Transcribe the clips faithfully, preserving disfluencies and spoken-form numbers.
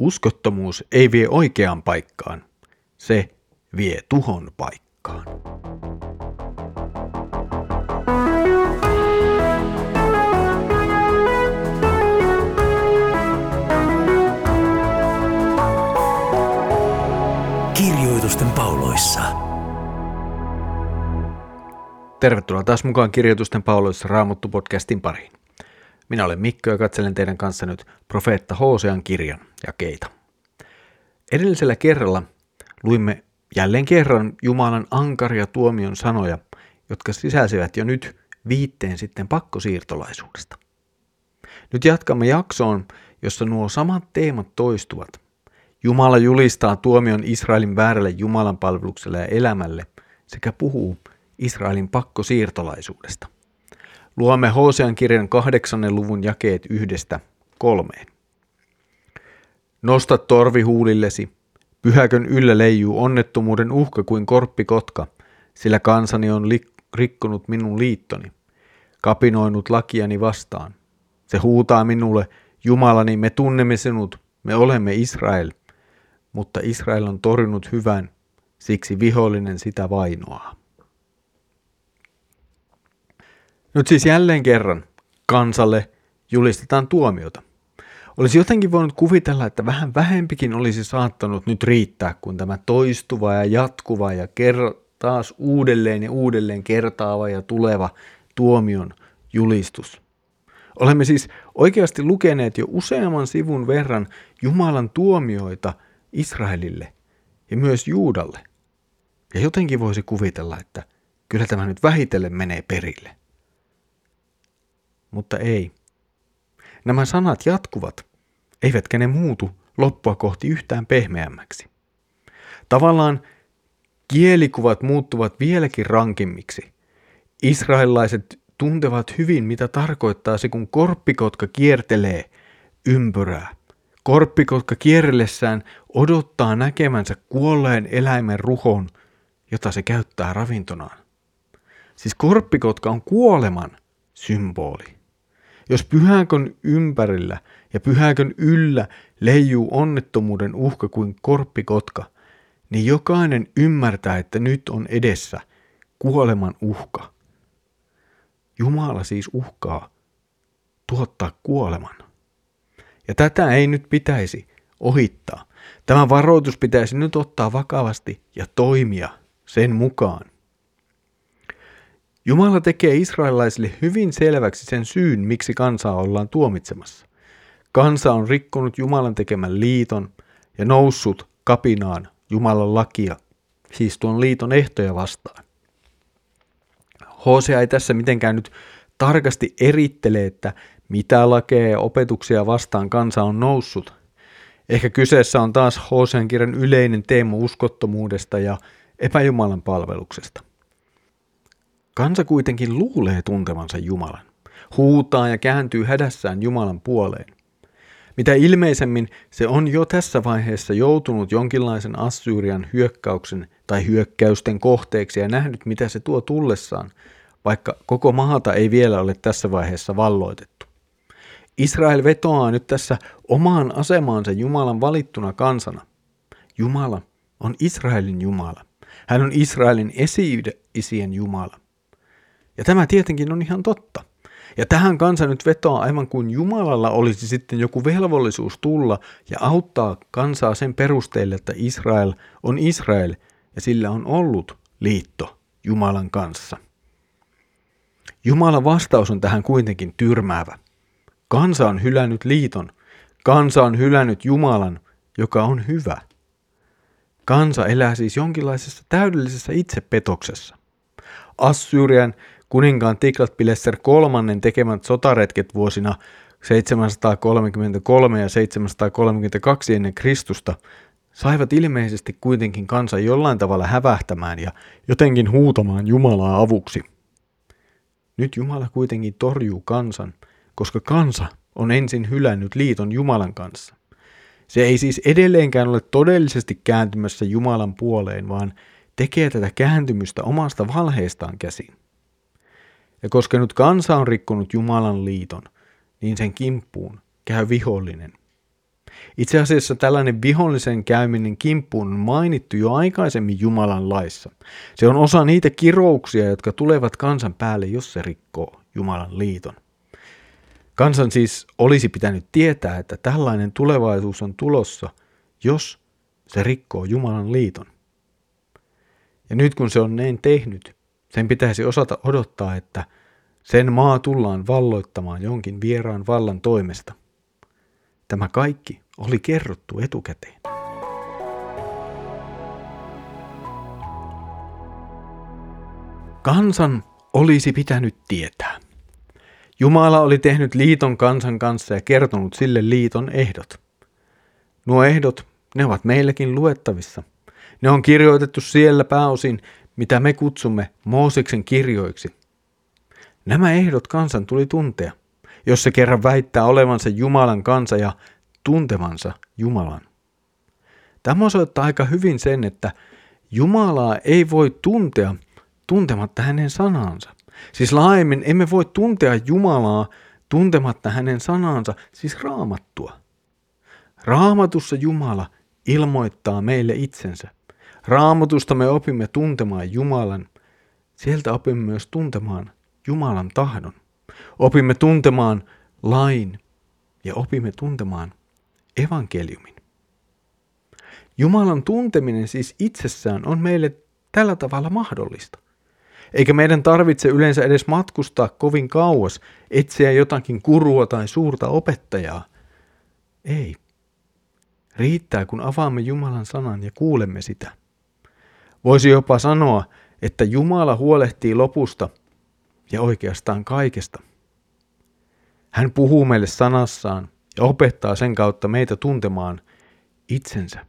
Uskottomuus ei vie oikeaan paikkaan, se vie tuhon paikkaan. Kirjoitusten pauloissa. Tervetuloa taas mukaan Kirjoitusten pauloissa Raamattu-podcastin pariin. Minä olen Mikko ja katselen teidän kanssa nyt profeetta Hosean kirjan jakeita. Edellisellä kerralla luimme jälleen kerran Jumalan ankaria tuomion sanoja, jotka sisälsivät jo nyt viitteen sitten pakkosiirtolaisuudesta. Nyt jatkamme jaksoon, jossa nuo samat teemat toistuvat. Jumala julistaa tuomion Israelin väärälle Jumalan palvelukselle ja elämälle sekä puhuu Israelin pakkosiirtolaisuudesta. Luomme Hosean kirjan kahdeksannen luvun jakeet yhdestä kolmeen. Nosta torvi huulillesi, pyhäkön yllä leijuu onnettomuuden uhka kuin korppikotka, sillä kansani on li- rikkonut minun liittoni, kapinoinut lakiani vastaan. Se huutaa minulle, Jumalani, me tunnemme sinut, me olemme Israel, mutta Israel on torjunut hyvän, siksi vihollinen sitä vainoaa. Nyt siis jälleen kerran kansalle julistetaan tuomiota. Olisi jotenkin voinut kuvitella, että vähän vähempikin olisi saattanut nyt riittää, kun tämä toistuva ja jatkuva ja ker- taas uudelleen ja uudelleen kertaava ja tuleva tuomion julistus. Olemme siis oikeasti lukeneet jo useamman sivun verran Jumalan tuomioita Israelille ja myös Juudalle. Ja jotenkin voisi kuvitella, että kyllä tämä nyt vähitellen menee perille. Mutta ei. Nämä sanat jatkuvat, eivätkä ne muutu loppua kohti yhtään pehmeämmäksi. Tavallaan kielikuvat muuttuvat vieläkin rankimmiksi. Israelilaiset tuntevat hyvin, mitä tarkoittaa se, kun korppikotka kiertelee ympyrää. Korppikotka kierrellessään odottaa näkemänsä kuolleen eläimen ruhon, jota se käyttää ravintonaan. Siis korppikotka on kuoleman symboli. Jos pyhäkön ympärillä ja pyhäkön yllä leijuu onnettomuuden uhka kuin korppikotka, niin jokainen ymmärtää, että nyt on edessä kuoleman uhka. Jumala siis uhkaa tuottaa kuoleman. Ja tätä ei nyt pitäisi ohittaa. Tämä varoitus pitäisi nyt ottaa vakavasti ja toimia sen mukaan. Jumala tekee israelilaisille hyvin selväksi sen syyn, miksi kansaa ollaan tuomitsemassa. Kansa on rikkonut Jumalan tekemän liiton ja noussut kapinaan Jumalan lakia, siis tuon liiton ehtoja vastaan. Hosea ei tässä mitenkään nyt tarkasti erittele, että mitä lakeja ja opetuksia vastaan kansa on noussut. Ehkä kyseessä on taas Hosean kirjan yleinen teema uskottomuudesta ja epäjumalan palveluksesta. Kansa kuitenkin luulee tuntevansa Jumalan, huutaa ja kääntyy hädässään Jumalan puoleen. Mitä ilmeisemmin se on jo tässä vaiheessa joutunut jonkinlaisen Assyrian hyökkäyksen tai hyökkäysten kohteeksi ja nähnyt, mitä se tuo tullessaan, vaikka koko maata ei vielä ole tässä vaiheessa valloitettu. Israel vetoaa nyt tässä omaan asemaansa Jumalan valittuna kansana. Jumala on Israelin Jumala. Hän on Israelin esi-isien Jumala. Ja tämä tietenkin on ihan totta. Ja tähän kansa nyt vetoaa aivan kuin Jumalalla olisi sitten joku velvollisuus tulla ja auttaa kansaa sen perusteella, että Israel on Israel ja sillä on ollut liitto Jumalan kanssa. Jumalan vastaus on tähän kuitenkin tyrmäävä. Kansa on hylännyt liiton. Kansa on hylännyt Jumalan, joka on hyvä. Kansa elää siis jonkinlaisessa täydellisessä itsepetoksessa. Assyrian kuninkaan Tiglat-Pileser kolmannen tekemät sotaretket vuosina seitsemänsataakolmekymmentäkolme ja seitsemänsataakolmekymmentäkaksi ennen Kristusta saivat ilmeisesti kuitenkin kansan jollain tavalla hävähtämään ja jotenkin huutamaan Jumalaa avuksi. Nyt Jumala kuitenkin torjuu kansan, koska kansa on ensin hylännyt liiton Jumalan kanssa. Se ei siis edelleenkään ole todellisesti kääntymässä Jumalan puoleen, vaan tekee tätä kääntymystä omasta valheestaan käsin. Ja koska nyt kansa on rikkonut Jumalan liiton, niin sen kimppuun käy vihollinen. Itse asiassa tällainen vihollisen käyminen kimppuun on mainittu jo aikaisemmin Jumalan laissa. Se on osa niitä kirouksia, jotka tulevat kansan päälle, jos se rikkoo Jumalan liiton. Kansan siis olisi pitänyt tietää, että tällainen tulevaisuus on tulossa, jos se rikkoo Jumalan liiton. Ja nyt kun se on näin tehnyt, sen pitäisi osata odottaa, että sen maa tullaan valloittamaan jonkin vieraan vallan toimesta. Tämä kaikki oli kerrottu etukäteen. Kansan olisi pitänyt tietää. Jumala oli tehnyt liiton kansan kanssa ja kertonut sille liiton ehdot. Nuo ehdot, ne ovat meillekin luettavissa. Ne on kirjoitettu siellä pääosin, mitä me kutsumme Mooseksen kirjoiksi. Nämä ehdot kansan tuli tuntea, jos se kerran väittää olevansa Jumalan kansa ja tuntevansa Jumalan. Tämä osoittaa aika hyvin sen, että Jumalaa ei voi tuntea tuntematta hänen sanansa. Siis laajemmin emme voi tuntea Jumalaa tuntematta hänen sanansa, siis Raamattua. Raamatussa Jumala ilmoittaa meille itsensä. Raamatusta me opimme tuntemaan Jumalan. Sieltä opimme myös tuntemaan Jumalan tahdon. Opimme tuntemaan lain ja opimme tuntemaan evankeliumin. Jumalan tunteminen siis itsessään on meille tällä tavalla mahdollista. Eikä meidän tarvitse yleensä edes matkustaa kovin kauas, etsiä jotakin kurua tai suurta opettajaa. Ei. Riittää, kun avaamme Jumalan sanan ja kuulemme sitä. Voisi jopa sanoa, että Jumala huolehtii lopusta ja oikeastaan kaikesta. Hän puhuu meille sanassaan ja opettaa sen kautta meitä tuntemaan itsensä.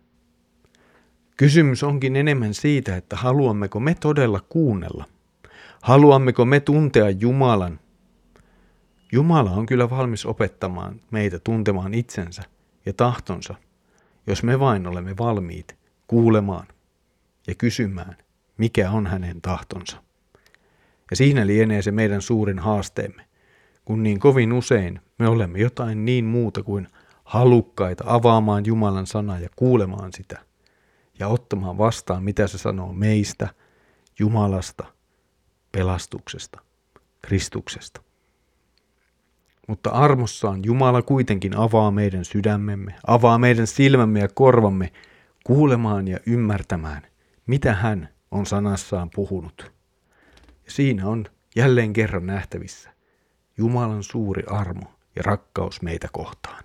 Kysymys onkin enemmän siitä, että haluammeko me todella kuunnella. Haluammeko me tuntea Jumalan? Jumala on kyllä valmis opettamaan meitä tuntemaan itsensä ja tahtonsa, jos me vain olemme valmiit kuulemaan ja kysymään, mikä on hänen tahtonsa. Ja siinä lienee se meidän suurin haasteemme, kun niin kovin usein me olemme jotain niin muuta kuin halukkaita avaamaan Jumalan sanaa ja kuulemaan sitä ja ottamaan vastaan, mitä se sanoo meistä, Jumalasta, pelastuksesta, Kristuksesta. Mutta armossaan Jumala kuitenkin avaa meidän sydämemme, avaa meidän silmämme ja korvamme kuulemaan ja ymmärtämään, mitä hän on sanassaan puhunut. Ja siinä on jälleen kerran nähtävissä Jumalan suuri armo ja rakkaus meitä kohtaan.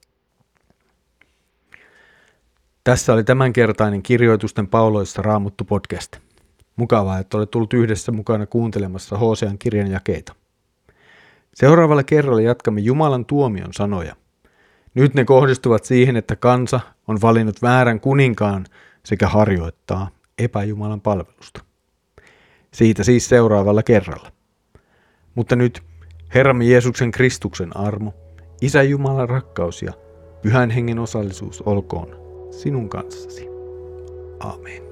Tässä oli tämänkertainen Kirjoitusten pauloissa Raamattu podcast. Mukavaa, että olet tullut yhdessä mukana kuuntelemassa Hosean kirjan jakeita. Seuraavalla kerralla jatkamme Jumalan tuomion sanoja. Nyt ne kohdistuvat siihen, että kansa on valinnut väärän kuninkaan sekä harjoittaa epäjumalan palvelusta. Siitä siis seuraavalla kerralla. Mutta nyt Herramme Jeesuksen Kristuksen armo, Isä Jumalan rakkaus ja Pyhän Hengen osallisuus olkoon sinun kanssasi. Aamen.